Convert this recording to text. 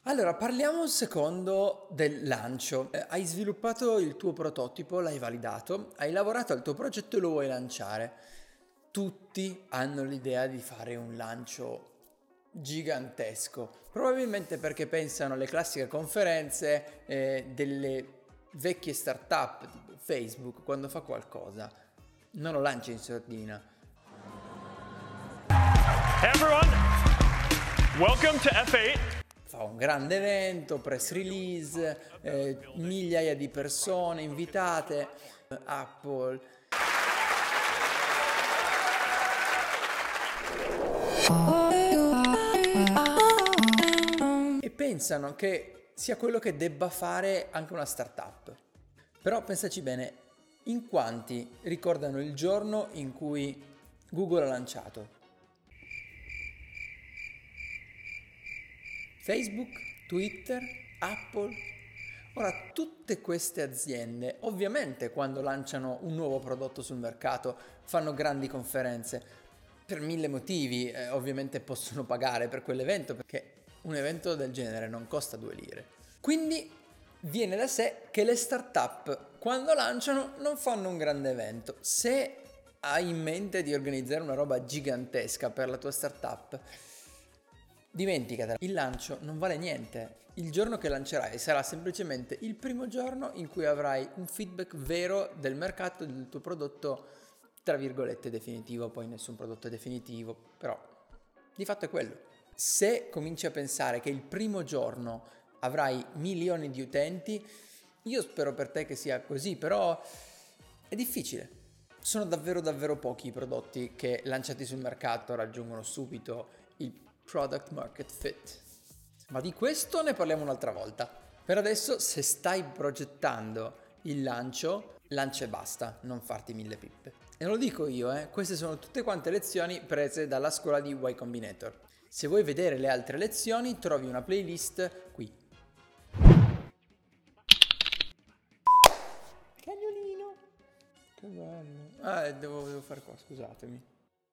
Allora, parliamo un secondo del lancio. Hai sviluppato il tuo prototipo, l'hai validato, hai lavorato al tuo progetto e lo vuoi lanciare. Tutti hanno l'idea di fare un lancio gigantesco, probabilmente perché pensano alle classiche conferenze delle vecchie startup, tipo Facebook, quando fa qualcosa, non lo lancia in sordina. Hey everyone, welcome to F8. Fa un grande evento, press release, migliaia di persone invitate, Apple. E pensano che sia quello che debba fare anche una startup. Però pensaci bene, in quanti ricordano il giorno in cui Google ha lanciato? Facebook, Twitter, Apple. Ora, tutte queste aziende, ovviamente quando lanciano un nuovo prodotto sul mercato, fanno grandi conferenze. Per mille motivi, ovviamente possono pagare per quell'evento, perché un evento del genere non costa 2 lire. Quindi viene da sé che le startup, quando lanciano, non fanno un grande evento. Se hai in mente di organizzare una roba gigantesca per la tua startup, dimenticatela, il lancio non vale niente. Il giorno che lancerai sarà semplicemente il primo giorno in cui avrai un feedback vero del mercato del tuo prodotto, tra virgolette definitivo, poi nessun prodotto è definitivo, però di fatto è quello. Se cominci a pensare che il primo giorno avrai milioni di utenti, io spero per te che sia così, però è difficile. Sono davvero pochi i prodotti che lanciati sul mercato raggiungono subito il product market fit. Ma di questo ne parliamo un'altra volta. Per adesso, se stai progettando il lancio, lancia e basta, non farti mille pippe. E non lo dico io, queste sono tutte quante lezioni prese dalla scuola di Y Combinator. Se vuoi vedere le altre lezioni, trovi una playlist qui. Cagnolino! Che bello. Devo fare qua, scusatemi.